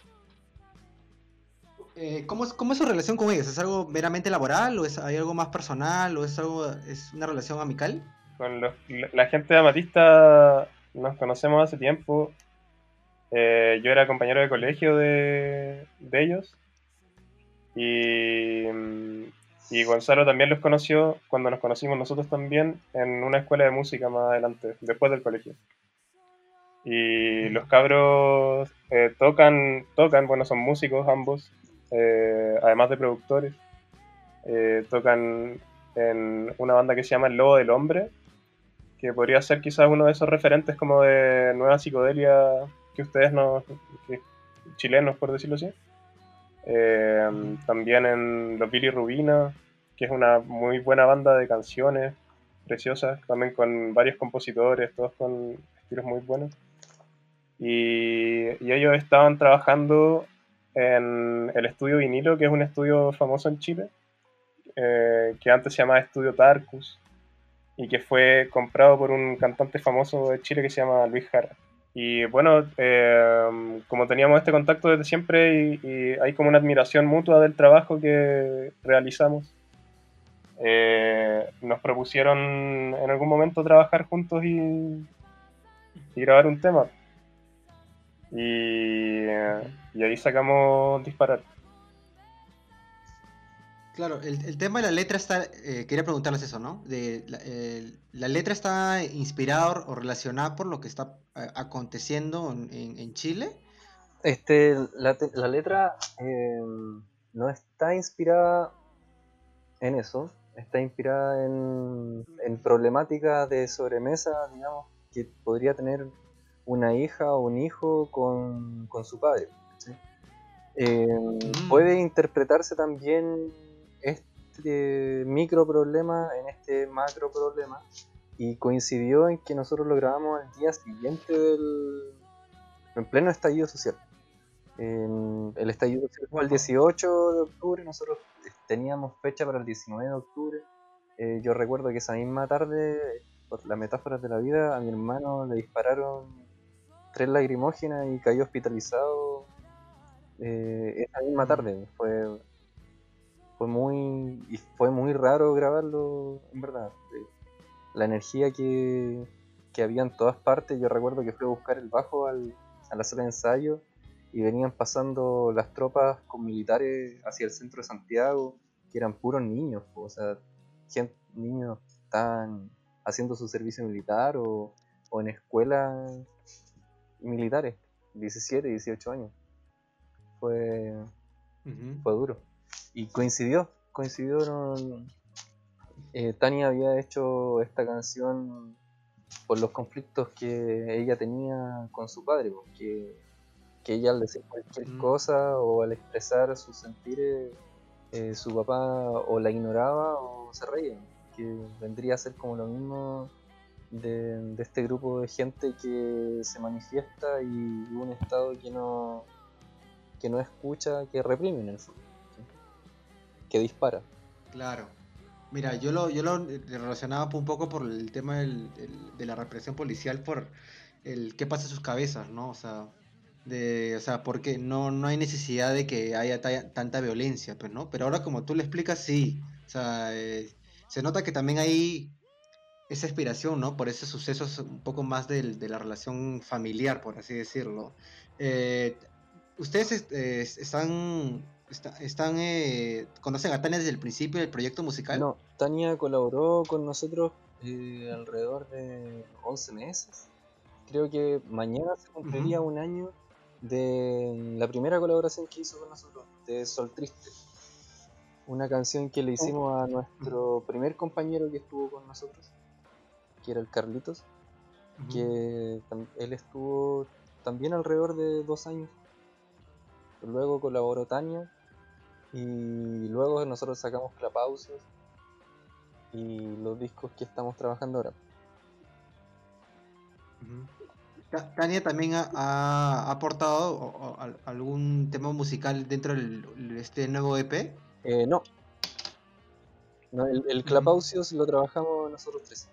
B: ¿Cómo es su relación con ellos? ¿Es algo meramente laboral o hay algo más personal o es una relación amical?
E: con la gente de Amatista nos conocemos hace tiempo. Yo era compañero de colegio de ellos. Y Gonzalo también los conoció cuando nos conocimos nosotros también en una escuela de música más adelante, después del colegio. Y los cabros tocan, bueno, son músicos ambos, además de productores. Tocan en una banda que se llama El Lobo del Hombre, que podría ser quizás uno de esos referentes como de nueva psicodelia que ustedes no, que, chilenos por decirlo así. También en Los Billy Rubina, que es una muy buena banda de canciones preciosas, también con varios compositores, todos con estilos muy buenos. Y ellos estaban trabajando en el estudio Vinilo, que es un estudio famoso en Chile, que antes se llamaba Estudio Tarcus, y que fue comprado por un cantante famoso de Chile que se llama Luis Jara. Y bueno, como teníamos este contacto desde siempre y hay como una admiración mutua del trabajo que realizamos, nos propusieron en algún momento trabajar juntos y grabar un tema. Y ahí sacamos Disparar.
B: Claro, el tema de la letra está, quería preguntarles eso, ¿no? La letra está inspirada o relacionada por lo que está aconteciendo en Chile.
D: La letra no está inspirada en eso, está inspirada en problemáticas de sobremesa, digamos, que podría tener una hija o un hijo con su padre. ¿Sí? Puede interpretarse también este micro problema en este macro problema, y coincidió en que nosotros lo grabamos al día siguiente en pleno estallido social. El estallido social fue el 18 de octubre, nosotros teníamos fecha para el 19 de octubre. Yo recuerdo que esa misma tarde, por las metáforas de la vida, a mi hermano le dispararon 3 lacrimógenas y cayó hospitalizado esa misma tarde. Fue muy raro grabarlo, en verdad. La energía que había en todas partes. Yo recuerdo que fui a buscar el bajo a la sala de ensayo y venían pasando las tropas con militares hacia el centro de Santiago, que eran puros niños, o sea, niños estaban haciendo su servicio militar o en escuelas militares, 17, 18 años. Fue duro. Y coincidió. Tania había hecho esta canción por los conflictos que ella tenía con su padre, porque que ella al decir cualquier cosa o al expresar sus sentires, su papá o la ignoraba o se reía, que vendría a ser como lo mismo de este grupo de gente que se manifiesta y un estado que no escucha, que reprime en el fondo, ¿sí? Que dispara.
B: Claro. Mira, yo lo relacionaba un poco por el tema de la represión policial, por el qué pasa en sus cabezas, ¿no? O sea, porque no hay necesidad de que haya tanta violencia, pues, ¿no? Pero ahora como tú le explicas, sí. O sea, se nota que también hay esa inspiración, ¿no? Por esos sucesos un poco más de la relación familiar, por así decirlo. Eh, ¿Ustedes conocen a Tania desde el principio del proyecto musical?
D: No, Tania colaboró con nosotros alrededor de 11 meses. Creo que mañana se cumpliría
B: Ujú.
D: un año de la primera colaboración que hizo con nosotros, de Sol Triste. Una canción que le hicimos a
B: Ujú,
D: nuestro primer compañero que estuvo con nosotros, que era el Carlitos,
B: ujú.
D: que él estuvo también alrededor de 2 años. Luego colaboró Tania y luego nosotros sacamos Clapausios y los discos que estamos trabajando ahora.
B: Ujú. Tania también ha aportado algún tema musical dentro de este nuevo EP.
D: No, no, el
B: Ujú.
D: Clapausios lo trabajamos nosotros tres.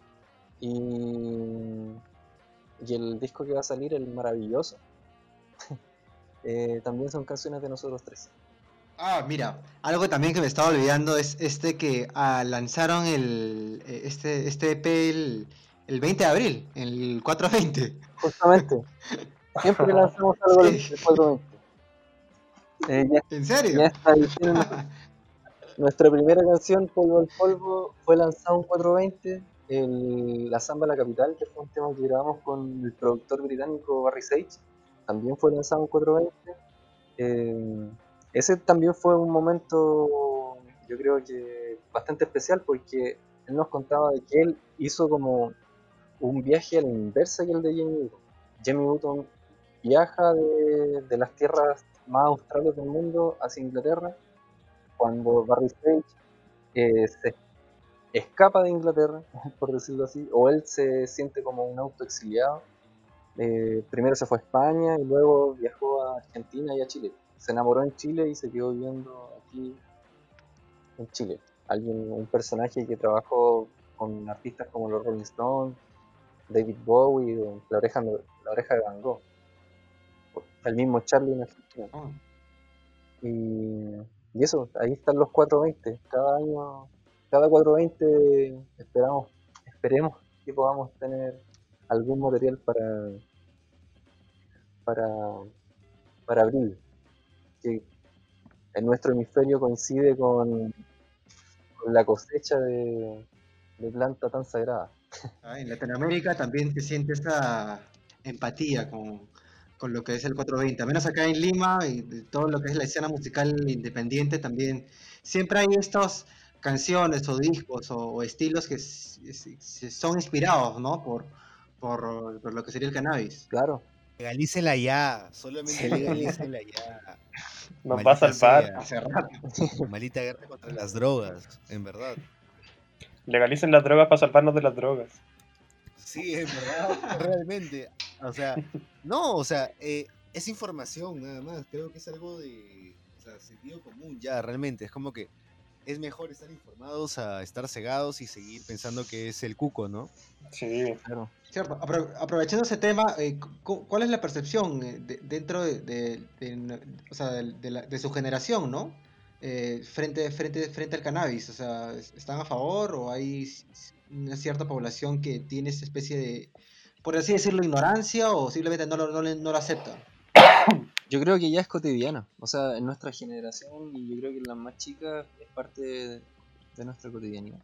D: Y, y el disco que va a salir, El Maravilloso, también son canciones de nosotros tres.
B: Ah, mira, algo también que me estaba olvidando es que lanzaron este EP el 20 de abril, el 420.
D: Justamente, siempre lanzamos algo
B: Sí,
D: el 420. Ya,
B: ¿en serio?
D: ya es tradición. Nuestra primera canción, Polvo al Polvo, fue lanzada un 420. La Samba La Capital, que fue un tema que grabamos con el productor británico Barry Sage, también fue lanzado un 420. Eh, Ese también fue un momento, yo creo que bastante especial, porque él nos contaba de que él hizo como un viaje a la inversa que el de Jamie Button. Jamie Button viaja de las tierras más australes del mundo hacia Inglaterra, cuando Barry Sage se escapa de Inglaterra, por decirlo así, o él se siente como un autoexiliado. Primero se fue a España y luego viajó a Argentina y a Chile. Se enamoró en Chile y se quedó viviendo aquí en Chile. Un personaje que trabajó con artistas como los Rolling Stones, David Bowie o la oreja de Van Gogh, el mismo Charlie en Argentina.
B: Oh,
D: Y, y eso, ahí están los 420. Cada año, cada 420 esperemos que podamos tener algún material para, para abril, que en nuestro hemisferio coincide con la cosecha de planta tan sagrada.
B: en Latinoamérica también se siente esa empatía con lo que es el 420. Al menos acá en Lima y de todo lo que es la escena musical independiente también. Siempre hay estas canciones o discos o estilos que son inspirados, ¿no? Por lo que sería el cannabis.
D: Claro,
C: Legalícenla ya, solamente
D: sí,
C: legalícenla ya.
E: Nos va a
C: Maldita
E: salvar.
C: sea,
B: Hace rato.
C: maldita guerra contra las drogas, en verdad.
E: Legalicen las drogas para salvarnos de las drogas.
C: Sí, en verdad, realmente. O sea, no, o sea, es información nada más. Creo que es algo de, o sea, sentido común ya, realmente. Es como que es mejor estar informados a estar cegados y seguir pensando que es el cuco, ¿no?
E: Sí.
D: claro.
B: Cierto, aprovechando ese tema, ¿cuál es la percepción dentro o sea, de su generación, ¿no? Frente al cannabis, o sea, ¿están a favor o hay una cierta población que tiene esa especie de, por así decirlo, ignorancia o simplemente no lo acepta?
D: Yo creo que ya es cotidiana, o sea, en nuestra generación y yo creo que en las más chicas es parte de nuestra cotidianidad.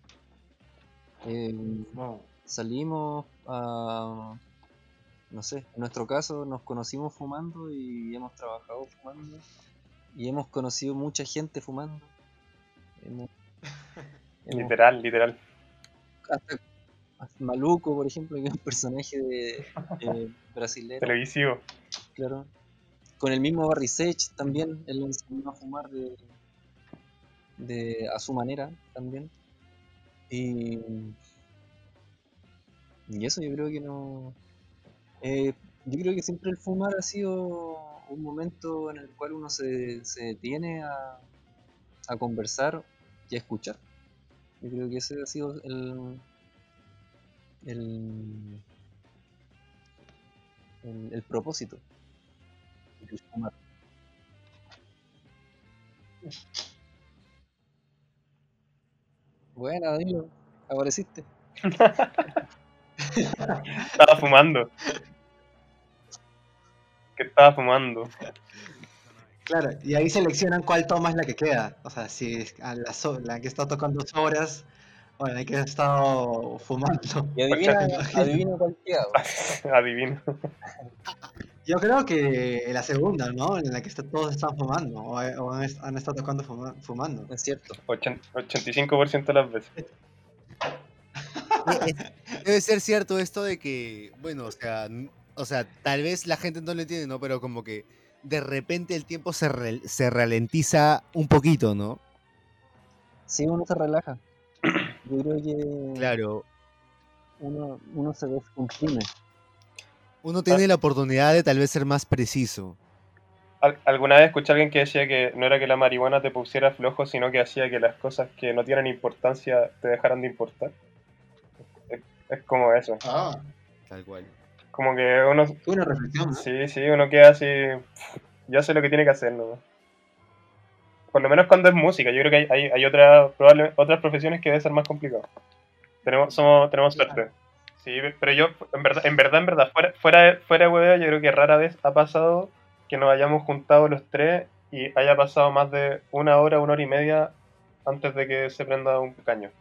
B: Wow.
D: Salimos a, no sé, en nuestro caso nos conocimos fumando y hemos trabajado fumando y hemos conocido mucha gente fumando. Hemos, hemos
E: Literal, literal.
D: hasta Maluco, por ejemplo, que es un personaje brasilero,
E: Televisivo.
D: claro. Con el mismo Barry Sage también, él lo enseñó a fumar a su manera también. Y, y eso yo creo que no. Yo creo que siempre el fumar ha sido un momento en el cual uno se detiene a conversar y a escuchar. Yo creo que ese ha sido el, el propósito del fumar. Buena, Danilo, apareciste.
E: Estaba fumando. Que estaba fumando.
B: Claro, y ahí seleccionan cuál toma es la que queda. O sea, si es la que está tocando sobras o la que ha estado fumando.
D: Y adivina cuál queda.
E: Adivino.
B: Yo creo que la segunda, ¿no? En la que todos están fumando o han estado tocando fumando.
D: Es cierto.
E: 85% de las veces.
C: Debe ser cierto esto de que, bueno, o sea, tal vez la gente no lo entiende, ¿no? Pero como que de repente el tiempo se ralentiza un poquito, ¿no?
D: Sí, uno se relaja. Yo creo que
C: Claro.
D: uno se descomprime.
C: Uno tiene la oportunidad de tal vez ser más preciso.
E: ¿Alguna vez escuché a alguien que decía que no era que la marihuana te pusiera flojo, sino que hacía que las cosas que no tienen importancia te dejaran de importar? Es como eso.
B: Ah,
C: Tal cual.
E: Como que uno...
B: qué buena reflexión, ¿no?
E: Sí, uno queda así... Ya sé lo que tiene que hacer, ¿no? Por lo menos cuando es música. Yo creo que hay otras profesiones que debe ser más complicado. Tenemos suerte. Sí, pero yo, en verdad, fuera de hueveo, yo creo que rara vez ha pasado que nos hayamos juntado los tres y haya pasado más de una hora y media antes de que se prenda un caño.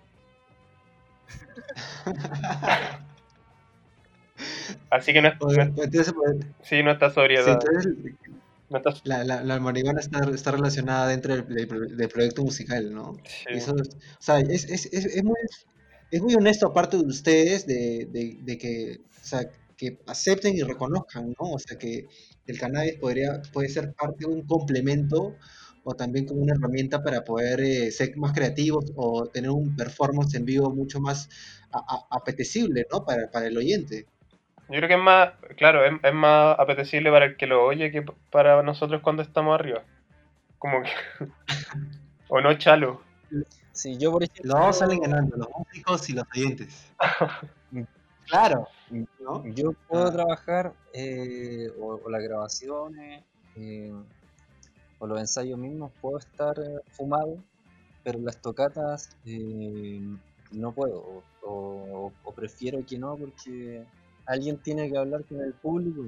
E: Así que
B: Entonces,
E: sí, nuestra sobriedad.
B: entonces la marihuana está relacionada dentro del proyecto musical, ¿no?
E: Sí.
B: Y eso, o sea, es muy honesto aparte de ustedes de que, o sea, que acepten y reconozcan, ¿no? O sea, que el cannabis puede ser parte de un complemento o también como una herramienta para poder ser más creativos o tener un performance en vivo mucho más apetecible, ¿no? Para el oyente.
E: Yo creo que es más, claro, es más apetecible para el que lo oye que para nosotros cuando estamos arriba. Como que... ¿O no, Chalo?
D: Sí, yo por ejemplo...
B: Los dos salen ganando, los músicos y los oyentes. Claro, ¿no?
D: Yo puedo trabajar o las grabaciones o los ensayos mismos, puedo estar fumado, pero las tocatas no puedo o prefiero que no porque alguien tiene que hablar con el público.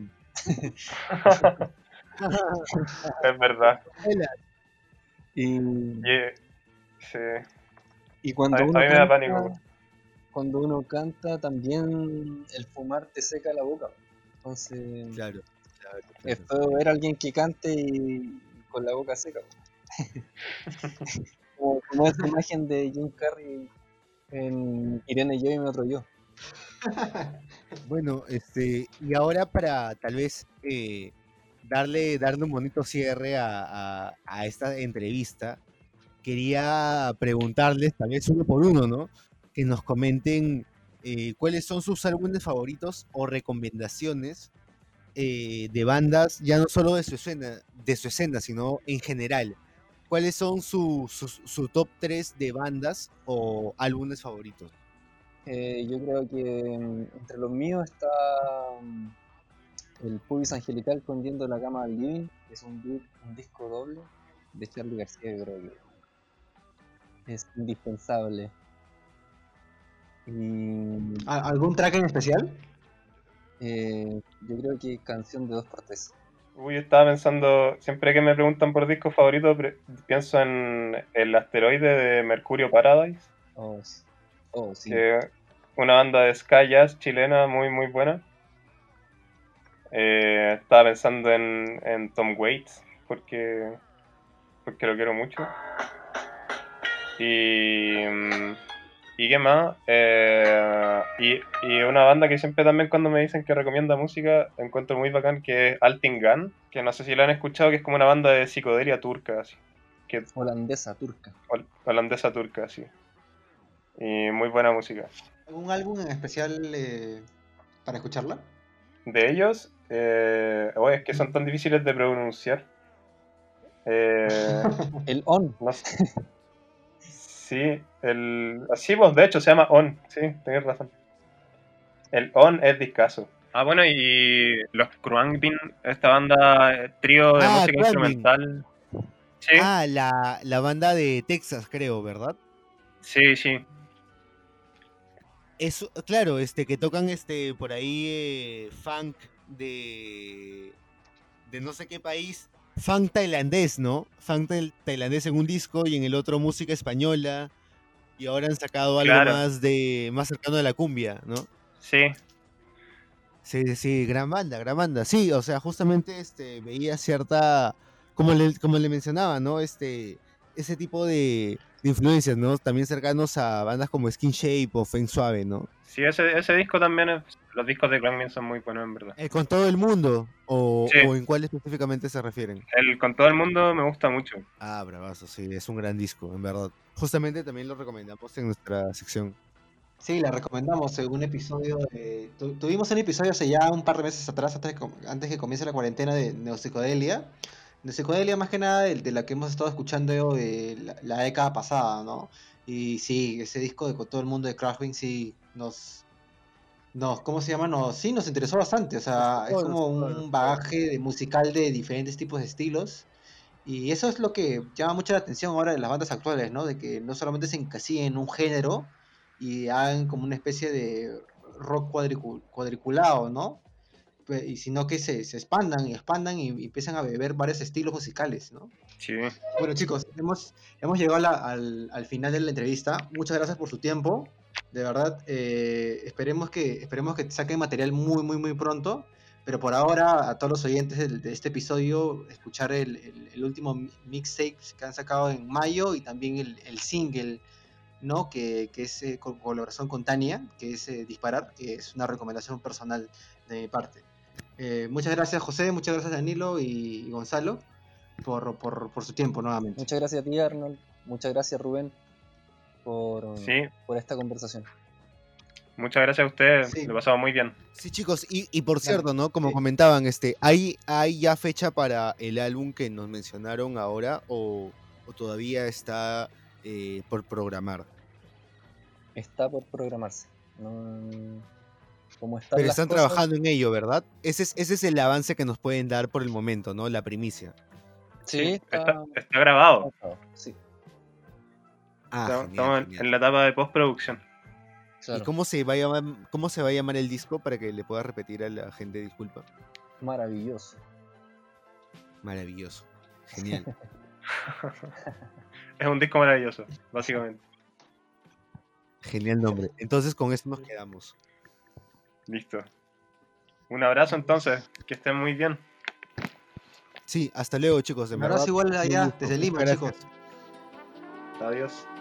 E: Es verdad.
D: Y
E: Sí.
D: Y cuando
E: A mí
D: uno
E: me da pánico.
D: Cuando uno canta, también el fumar te seca la boca. Entonces,
C: Claro.
D: es feo ver a alguien que cante y con la boca seca. como esa imagen de Jim Carrey en Irene y yo y mi otro yo.
C: Bueno, y ahora para tal vez darle un bonito cierre a esta entrevista, quería preguntarles, tal vez uno por uno, ¿no? Que nos comenten cuáles son sus álbumes favoritos o recomendaciones de bandas, ya no solo de su escena, sino en general. ¿Cuáles son su top 3 de bandas o álbumes favoritos?
D: Yo creo que entre los míos está el Pubis Angelical con Yendo de la Cama al Living, que es un disco doble de Charly García, yo creo que es indispensable. Y
B: ¿Algún track en especial?
D: yo creo que Canción de 2x3.
E: Uy, estaba pensando, siempre que me preguntan por discos favoritos, pienso en el asteroide de Mercurio Paradise,
D: Sí.
E: que es una banda de ska jazz chilena muy muy buena. Estaba pensando en Tom Waits, porque lo quiero mucho. ¿Y qué más? Y una banda que siempre también cuando me dicen que recomienda música encuentro muy bacán, que es Altin Gun, que no sé si la han escuchado, que es como una banda de psicodelia turca, así.
D: Holandesa, turca.
E: Holandesa turca, sí. Y muy buena música.
B: ¿Algún álbum en especial para escucharla?
E: de ellos, es que son tan difíciles de pronunciar.
D: El On.
E: No sé. Sí, así pues, de hecho se llama On, sí, tenés razón. El On es discazo. Ah, bueno, y los Khruangbin, esta banda, trío de música
C: Khruangbin.
E: instrumental. Sí,
C: La banda de Texas, creo, ¿verdad?
E: sí, sí.
C: Eso, claro, que tocan por ahí funk de no sé qué país, funk tailandés, ¿no? Funk tailandés en un disco y en el otro música española, y ahora han sacado algo
E: Claro.
C: más cercano a la cumbia, ¿no?
E: Sí,
C: Sí, gran banda. Sí, o sea, justamente veía cierta, como le mencionaba, ¿no? Ese tipo de influencias, ¿no? También cercanos a bandas como Skin Shape o Feng Suave, ¿no?
E: sí, ese disco también los discos de Khruangbin son muy buenos, en verdad.
C: ¿Con todo el mundo?
E: Sí.
C: ¿O en cuál específicamente se refieren?
E: Con todo el mundo me gusta mucho.
C: Ah, bravazo, sí, es un gran disco, en verdad. Justamente también lo recomendamos en nuestra sección.
B: Sí, la recomendamos en un episodio. Tuvimos un episodio hace ya un par de meses atrás, antes que comience la cuarentena de Neopsicodelia. Neopsicodelia, más que nada, de la que hemos estado escuchando la década pasada, ¿no? Y sí, ese disco de Con todo el mundo de Kraftwerk sí ¿cómo se llama? Sí, nos interesó bastante. O sea, es como un bagaje musical de diferentes tipos de estilos. Y eso es lo que llama mucho la atención ahora de las bandas actuales, ¿no? De que no solamente se encasillen en un género y hagan como una especie de rock cuadriculado, ¿no? Y sino que se expandan y empiezan a beber varios estilos musicales, ¿no?
E: Sí.
B: Bueno, chicos, hemos llegado al final de la entrevista. Muchas gracias por su tiempo. De verdad, esperemos que saquen material muy, muy, muy pronto. Pero por ahora, a todos los oyentes de este episodio, escuchar el último mixtape que han sacado en mayo y también el single, ¿no? Que es colaboración con Tania, que es Disparar, que es una recomendación personal de mi parte. Muchas gracias, José, muchas gracias, Danilo y Gonzalo, por su tiempo nuevamente.
D: Muchas gracias a ti, Arnold. Muchas gracias, Rubén, por esta conversación.
E: Muchas gracias a ustedes,
B: Sí.
E: lo pasamos muy bien.
C: Sí, chicos, y por cierto, ¿no? Como comentaban, ¿hay ya fecha para el álbum que nos mencionaron ahora o todavía está por programar?
D: Está por programarse. Como están
C: Pero
D: las
C: están
D: cosas,
C: trabajando en ello, ¿verdad? Ese es el avance que nos pueden dar por el momento, ¿no? La primicia.
D: Sí,
E: está grabado.
D: Sí.
C: Ah,
E: Estamos
C: genial.
E: en la etapa de postproducción.
D: Claro.
C: ¿Y cómo se va a llamar el disco para que le pueda repetir a la gente? Disculpa.
D: Maravilloso.
C: Maravilloso. Genial.
E: Es un disco maravilloso, básicamente.
C: Genial nombre. Entonces con esto nos quedamos.
E: Listo. Un abrazo entonces, que estén muy bien.
C: Sí, hasta luego, chicos. De
B: Un abrazo
C: verdad,
B: igual
C: un
B: allá
C: gusto.
B: desde Lima,
C: Muchas
B: chicos.
C: gracias.
E: Adiós.